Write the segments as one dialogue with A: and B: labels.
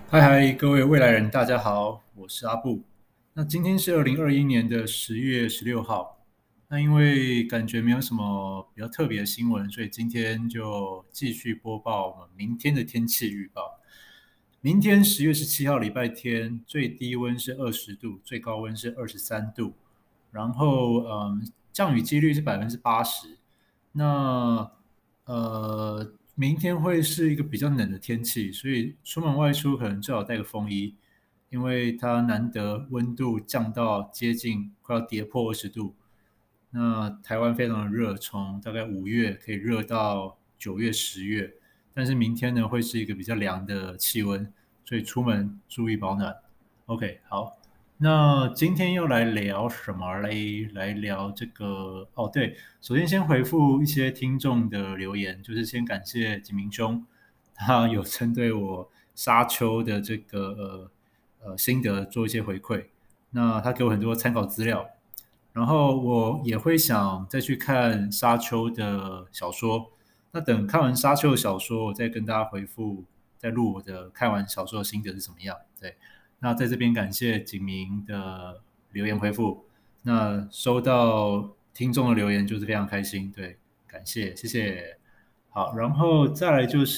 A: 嗨嗨，各位未来人，大家好，我是阿布。那今天是2021年的10月16号。那因为感觉没有什么比较特别的新闻，所以今天就继续播报我们明天的天气预报。明天10月17号礼拜天，最低温是20度，最高温是23度，然后降雨几率是80%。那明天会是一个比较冷的天气，所以出门外出可能最好带个风衣，因为它难得温度降到接近快要跌破20度。那台湾非常的热，从大概5月可以热到9月、10月，但是明天呢会是一个比较凉的气温，所以出门注意保暖。OK，好。那今天又来聊什么嘞？来聊这个哦，对，首先先回复一些听众的留言，就是先感谢景明兄，他有针对我沙丘的这个心得做一些回馈，那他给我很多参考资料，然后我也会想再去看沙丘的小说，那等看完沙丘的小说，我再跟大家回复，再录我的看完小说的心得是怎么样，对。那在这边感谢景明的留言回复，那收到听众的留言就是非常开心，对，感谢，谢谢。好，然后再来就是，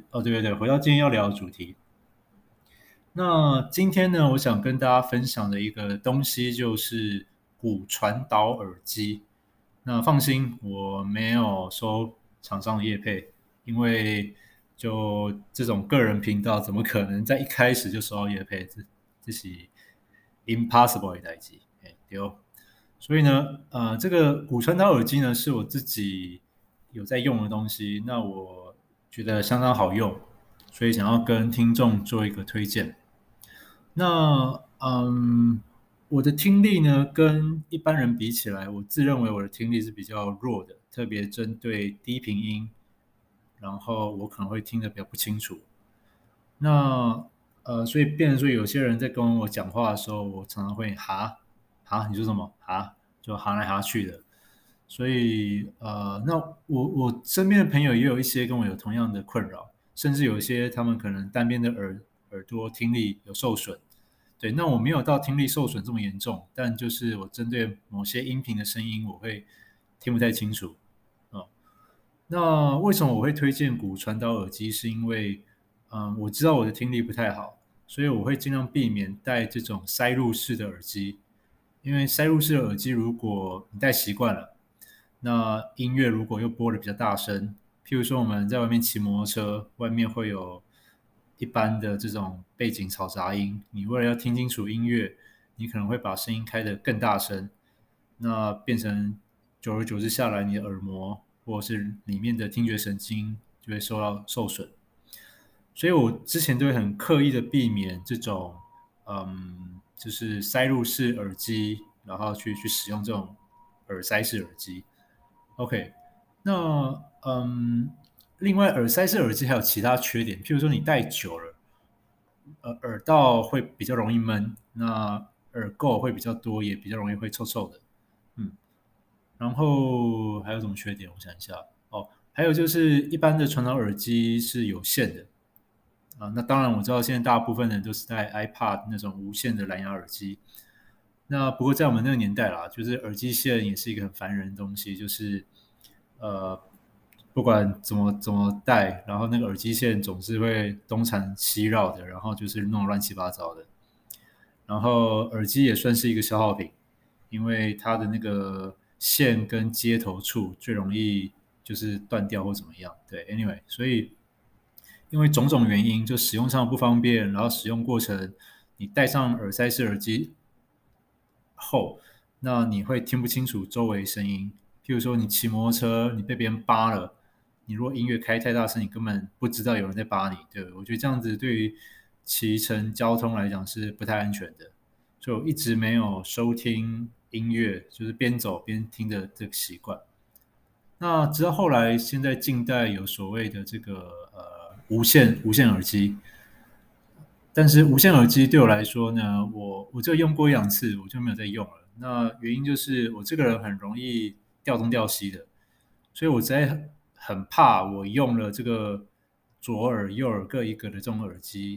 A: 哦，对对对，回到今天要聊的主题。那今天呢，我想跟大家分享的一个东西就是骨传导耳机。那放心，我没有收厂商的业配，因为就这种个人频道，怎么可能在一开始就收到业配？这是 impossible 的代志，对哦。所以呢，这个骨传导耳机呢，是我自己有在用的东西，那我觉得相当好用，所以想要跟听众做一个推荐。那我的听力呢，跟一般人比起来，我自认为我的听力是比较弱的，特别针对低频音，然后我可能会听得比较不清楚。那所以变成说，有些人在跟我讲话的时候，我常常会哈，你说什么哈，就哈来哈去的。所以那我身边的朋友也有一些跟我有同样的困扰，甚至有一些他们可能单边的耳朵听力有受损。对，那我没有到听力受损这么严重，但就是我针对某些音频的声音，我会听不太清楚。哦，那为什么我会推荐骨传导耳机？是因为，我知道我的听力不太好，所以我会尽量避免戴这种塞入式的耳机。因为塞入式的耳机，如果你戴习惯了，那音乐如果又播的比较大声，譬如说我们在外面骑摩托车，外面会有一般的这种背景嘈杂音，你为了要听清楚音乐，你可能会把声音开得更大声，那变成久而久之下来，你的耳膜或者是里面的听觉神经就会受到受损。所以我之前都会很刻意的避免这种，就是塞入式耳机，然后去使用这种耳塞式耳机。OK，那另外耳塞式耳机还有其他缺点，譬如说你戴久了，耳道会比较容易闷，那耳垢会比较多，也比较容易会臭臭的。嗯，然后还有什么缺点？我想一下，哦，还有就是一般的传导耳机是有线的啊，那当然我知道现在大部分人都是戴 iPod 那种无线的蓝牙耳机。那不过在我们那个年代啦，就是耳机线也是一个很烦人的东西，就是呃，不管怎么戴，然后那个耳机线总是会东缠西绕的，然后就是弄乱七八糟的。然后耳机也算是一个消耗品，因为它的那个线跟接头处最容易就是断掉或怎么样。对，anyway，所以因为种种原因，就使用上不方便，然后使用过程，你戴上耳塞式耳机后，那你会听不清楚周围声音。譬如说，你骑摩托车，你被别人扒了，你如果音乐开太大声，你根本不知道有人在扒你。对，我觉得这样子对于骑乘交通来讲是不太安全的，所以我一直没有收听音乐，就是边走边听的这个习惯。那直到后来，现在近代有所谓的这个无线耳机，但是无线耳机对我来说呢，我就用过一两次，我就没有再用了。那原因就是我这个人很容易掉东掉西的，所以我实在很怕我用了这个左耳右耳各一个的这种耳机，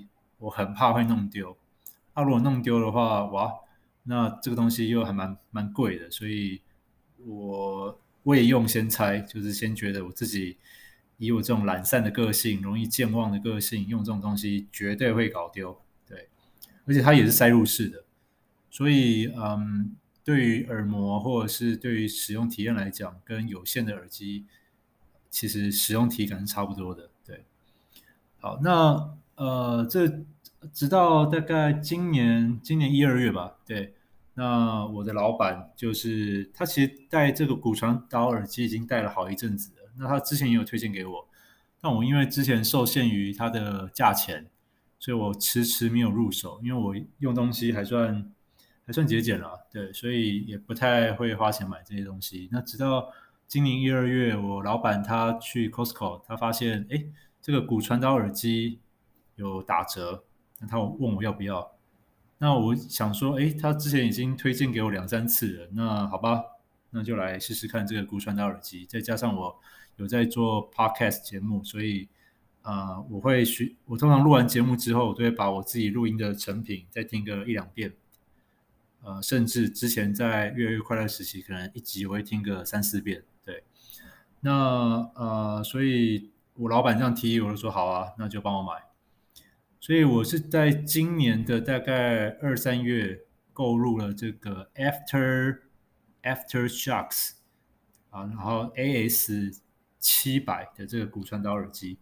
A: 我很怕会弄丢。如果弄丢的话，哇，那这个东西又还蛮贵的，所以我也用先猜，就是先觉得我自己以我这种懒散的个性、容易健忘的个性，用这种东西绝对会搞丢。对，而且它也是塞入式的，所以对于耳膜或者是对于使用体验来讲，跟有线的耳机其实使用体感是差不多的。对，好，那这直到大概今年1、2月吧，对，那我的老板就是他其实戴这个骨传导耳机已经戴了好一阵子了，那他之前也有推荐给我，但我因为之前受限于它的价钱，所以我迟迟没有入手，因为我用东西还算节俭啦，对，所以也不太会花钱买这些东西。那直到今年1、2月，我老板他去 Costco，他发现这个骨传导耳机有打折，那他问我要不要。那我想说，他之前已经推荐给我2、3次了，那好吧，那就来试试看这个骨传导耳机。再加上我有在做 podcast 节目，所以我通常录完节目之后，我都会把我自己录音的成品再听个1、2遍。甚至之前在越来越快乐时期，可能一集我会听个3、4遍。对，那所以我老板这样提议，我就说好啊，那就帮我买。所以我是在今年的大概2、3月购入了这个 Aftershocks 然后 AS700的这个骨传导耳机。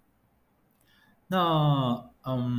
A: 那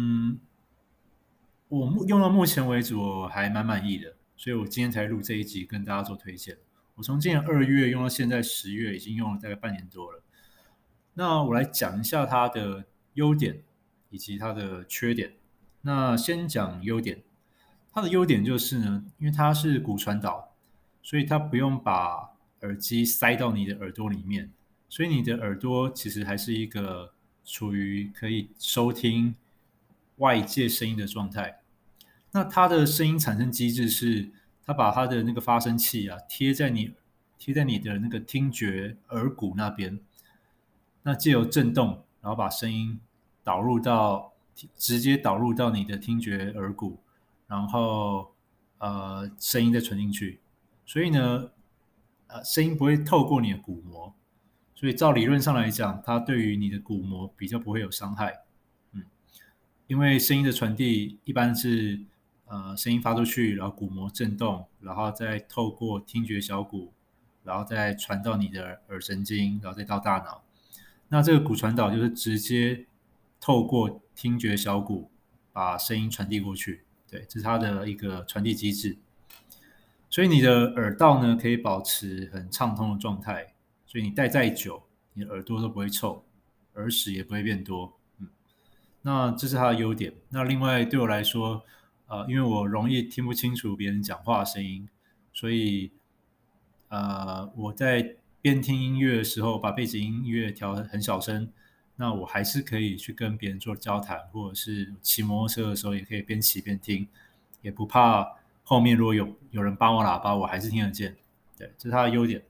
A: 我用到目前为止我还蛮满意的，所以我今天才录这一集跟大家做推荐。我从今年2月用到现在10月，已经用了大概半年多了。那我来讲一下它的优点以及它的缺点。那先讲优点，它的优点就是呢，因为它是骨传导，所以它不用把耳机塞到你的耳朵里面，所以你的耳朵其实还是一个处于可以收听外界声音的状态。那它的声音产生机制是，它把它的那个发声器贴在你的那个听觉耳骨那边，那借由震动，然后把声音直接导入到你的听觉耳骨，然后声音再传进去，所以呢，声音不会透过你的鼓膜，所以照理论上来讲，它对于你的鼓膜比较不会有伤害。因为声音的传递一般是声音发出去，然后鼓膜震动，然后再透过听觉小骨，然后再传到你的耳神经，然后再到大脑。那这个骨传导就是直接透过听觉小骨把声音传递过去，对，这是它的一个传递机制。所以你的耳道呢可以保持很畅通的状态，所以你戴再久，你的耳朵都不会臭，耳屎也不会变多。那这是它的优点。那另外对我来说，因为我容易听不清楚别人讲话的声音，所以我在边听音乐的时候，把背景音乐调很小声，那我还是可以去跟别人做交谈，或者是骑摩托车的时候也可以边骑边听，也不怕后面如果有人扒我喇叭，我还是听得见。对，这是它的优点。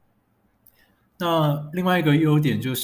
A: 那另外一个优点就是，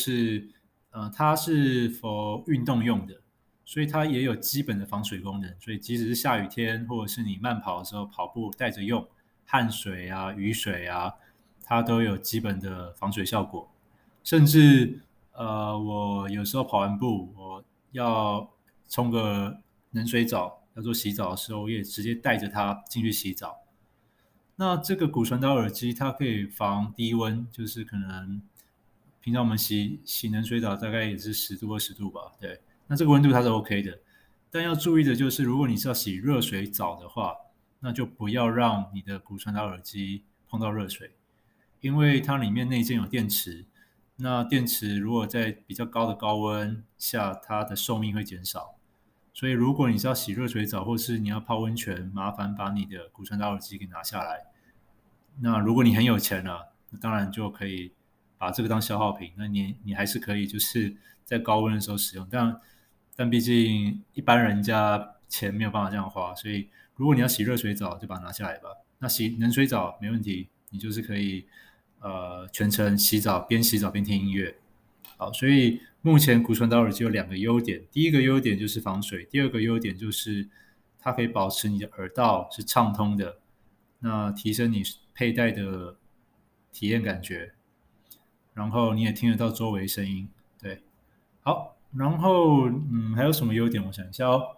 A: 它是 for 运动用的，所以它也有基本的防水功能。所以即使是下雨天，或者是你慢跑的时候跑步带着用，汗水啊、雨水啊，它都有基本的防水效果。甚至我有时候跑完步，我要冲个冷水澡，要做洗澡的时候，我也直接带着它进去洗澡。那这个骨传导耳机它可以防低温，就是可能平常我们洗冷水澡大概也是10度20度吧，对，那这个温度它是 OK 的。但要注意的就是，如果你是要洗热水澡的话，那就不要让你的骨传导耳机碰到热水，因为它里面内建有电池，那电池如果在比较高的高温下，它的寿命会减少。所以如果你是要洗热水澡，或是你要泡温泉，麻烦把你的骨传导耳机给拿下来。那如果你很有钱了，那当然就可以把这个当消耗品。那你还是可以就是在高温的时候使用，但毕竟一般人家钱没有办法这样花，所以如果你要洗热水澡，就把它拿下来吧。那洗冷水澡没问题，你就是可以全程边洗澡边听音乐。 好，所以目前骨传导耳机有两个优点，第一个优点就是防水，第二个优点就是它可以保持你的耳道是畅通的，那提升你佩戴的体验感觉，然后你也听得到周围声音。对，好，然后还有什么优点？我想一下哦。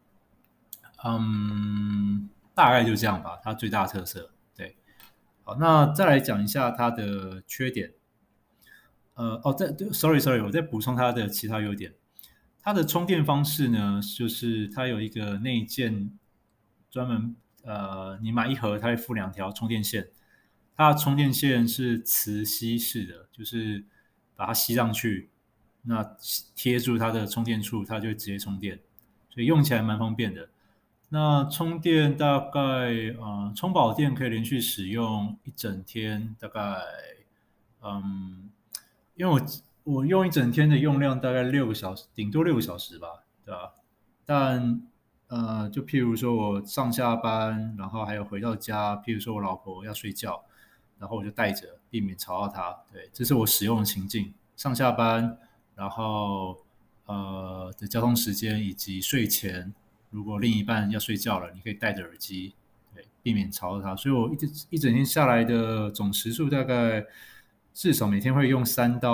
A: 大概就这样吧，它最大的特色。对，好，那再来讲一下它的缺点。sorry，我再补充它的其他优点。它的充电方式呢，就是它有一个内建，专门你买一盒，它会附2条充电线。它的充电线是磁吸式的，就是把它吸上去，那贴住它的充电处，它就会直接充电，所以用起来蛮方便的。那充电大概充饱电可以连续使用一整天，大概嗯，因为我用一整天的用量大概6个小时，顶多6个小时吧，对吧？但就譬如说我上下班，然后还有回到家，譬如说我老婆要睡觉，然后我就带着，避免吵到她。对，这是我使用的情境：上下班，然后的交通时间以及睡前，如果另一半要睡觉了，你可以戴着耳机，对，避免吵到他。所以我一整天下来的总时数大概至少每天会用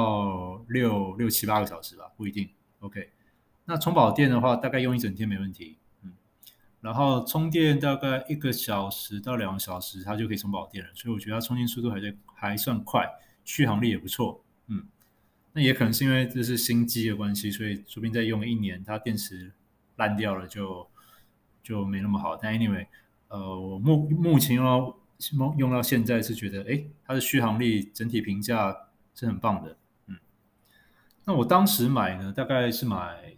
A: 3到6、7、8个小时吧，不一定。OK，那充饱电的话，大概用一整天没问题。然后充电大概1个小时到2个小时，它就可以充饱电了，所以我觉得它充电速度还算快，续航力也不错。那也可能是因为这是新机的关系，所以说不定再用1年，它电池烂掉了就没那么好。但 anyway，我目前用到现在是觉得，它的续航力整体评价是很棒的。那我当时买呢，大概是买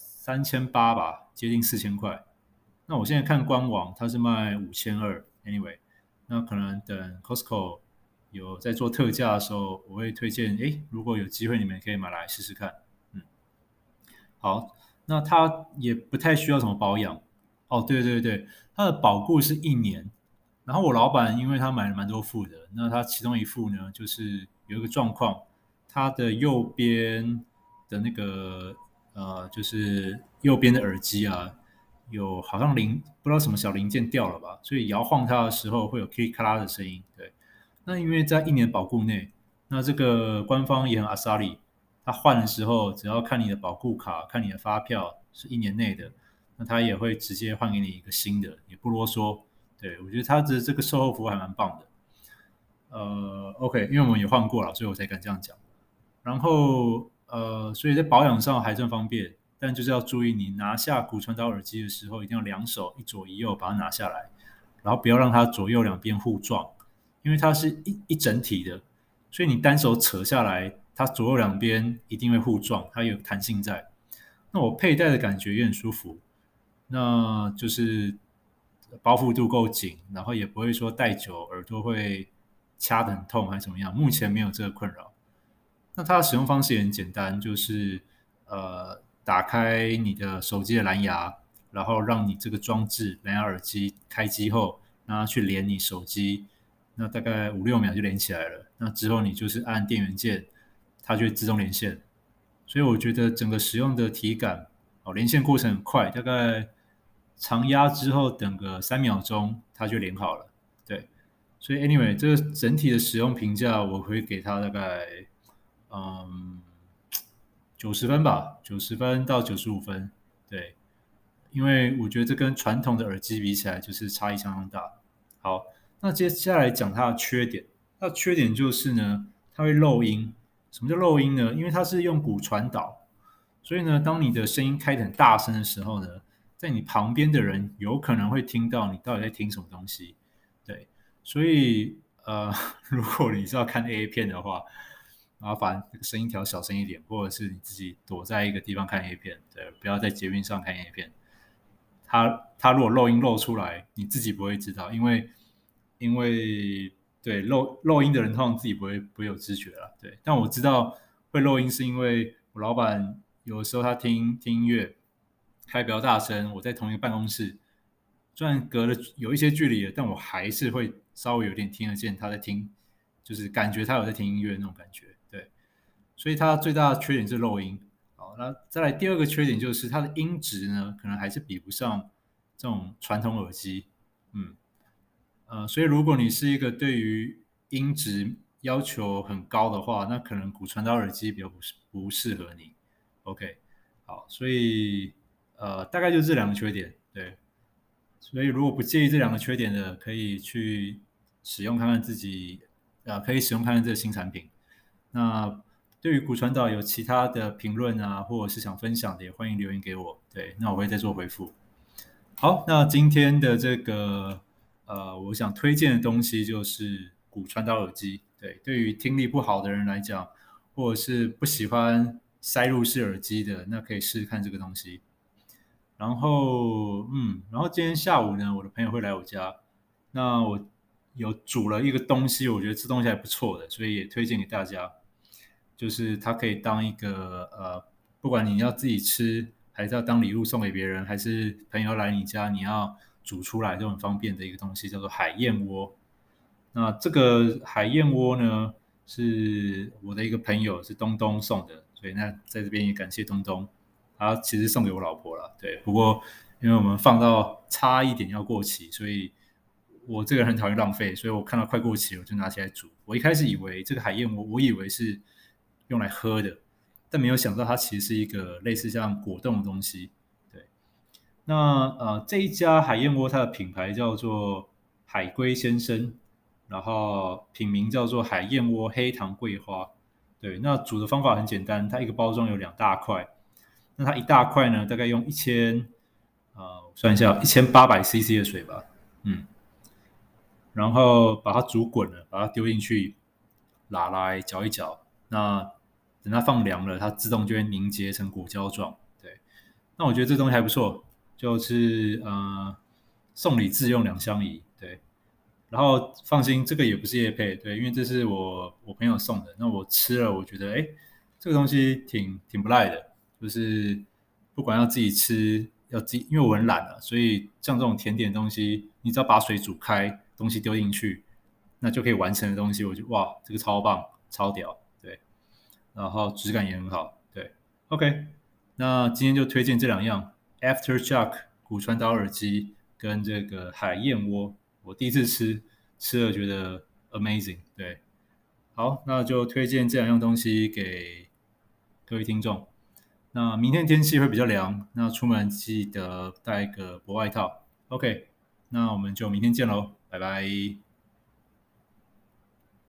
A: 3800吧，接近4000块。那我现在看官网，它是卖5200。Anyway，那可能等 Costco 有在做特价的时候，我会推荐，如果有机会，你们可以买来试试看。嗯，好，那它也不太需要什么保养。哦，对对对，它的保固是1年。然后我老板因为他买了蛮多副的，那他其中一副呢，就是有一个状况，它的右边的那个就是右边的耳机啊，有好像不知道什么小零件掉了吧，所以摇晃它的时候会有 k 咔啦的声音。对，那因为在1年保固内，那这个官方也很阿萨里，他换的时候只要看你的保固卡，看你的发票是1年内的，那他也会直接换给你一个新的，也不啰嗦。对，我觉得他的这个售后服务还蛮棒的。OK，因为我们也换过了，所以我才敢这样讲。然后所以在保养上还算方便，但就是要注意，你拿下骨传导耳机的时候，一定要2手一左一右把它拿下来，然后不要让它左右两边互撞，因为它是一整体的，所以你单手扯下来，它左右两边一定会互撞，它有弹性在。那我佩戴的感觉也很舒服，那就是包覆度够紧，然后也不会说戴久耳朵会掐得很痛还是怎么样，目前没有这个困扰。那它的使用方式也很简单，就是打开你的手机的蓝牙，然后让你这个装置蓝牙耳机开机后，让它去连你手机，那大概5、6秒就连起来了。那之后你就是按电源键，它就会自动连线。所以我觉得整个使用的体感，连线过程很快，大概长压之后等个3秒钟，它就连好了。对，所以 anyway，这个整体的使用评价，我会给它大概嗯90分吧，90分到95分。对，因为我觉得这跟传统的耳机比起来，就是差异相当大。好，那接下来讲它的缺点。它的缺点就是呢，它会漏音。什么叫漏音呢？因为它是用骨传导，所以呢，当你的声音开得很大声的时候呢，在你旁边的人有可能会听到你到底在听什么东西。对，所以如果你是要看 A 片的话，麻烦这个声音调小声一点，或者是你自己躲在一个地方看 A 片，对，不要在捷运上看 A 片。它如果漏音漏出来，你自己不会知道，因为对漏音的人通常自己不会有知觉了，对。但我知道会漏音是因为我老板有的时候他听音乐开比较大声，我在同一个办公室，虽然隔了有一些距离了，但我还是会稍微有点听得见他在听，就是感觉他有在听音乐那种感觉，对。 所以它最大的缺点是漏音。好，那再来第二个缺点就是它的音质呢，可能还是比不上这种传统耳机。嗯，所以如果你是一个对于音质要求很高的话，那可能骨传导耳机比较不适合你。OK，好，所以大概就是这两个缺点，对。所以如果不介意这两个缺点的，可以去使用看看自己，可以使用看看这个新产品。那对于骨传导有其他的评论啊，或者是想分享的，也欢迎留言给我。对，那我会再做回复。好，那今天的这个我想推荐的东西就是骨传导耳机。对，对于听力不好的人来讲，或者是不喜欢塞入式耳机的，那可以试试看这个东西。然后今天下午呢，我的朋友会来我家，那我有煮了一个东西，我觉得这东西还不错的，所以也推荐给大家。就是它可以当一个不管你要自己吃，还是要当礼物送给别人，还是朋友来你家，你要煮出来都很方便的一个东西，叫做海燕窝。那这个海燕窝呢，是我的一个朋友是东东送的，所以那在这边也感谢东东。他其实送给我老婆了，对。不过因为我们放到差一点要过期，所以我这个人很讨厌浪费，所以我看到快过期了，我就拿起来煮。我一开始以为这个海燕窝，我以为是用来喝的，但没有想到它其实是一个类似像果冻的东西。对，那这一家海燕窝它的品牌叫做海龟先生，然后品名叫做海燕窝黑糖桂花。对，那煮的方法很简单，它一个包装有2大块，那它一大块呢，大概用我算一下，1800cc 的水吧，然后把它煮滚了，把它丢进去，拿来搅一搅。那等它放凉了，它自动就会凝结成果胶状。对，那我觉得这东西还不错，就是送礼自用2相宜。对，然后放心，这个也不是业配，对，因为这是我朋友送的。那我吃了，我觉得这个东西挺不赖的，就是不管要自己吃，要自己，因为我很懒啊，所以像这种甜点的东西，你只要把水煮开，东西丢进去，那就可以完成的东西，我觉得哇，这个超棒，超屌，对，然后质感也很好，对，OK，那今天就推荐这2样，Aftershock 骨传导耳机跟这个海燕窝，我第一次吃了觉得 amazing，对，好，那就推荐这2样东西给各位听众。那明天天气会比较凉，那出门记得带个薄外套。OK，那我们就明天见喽，拜拜。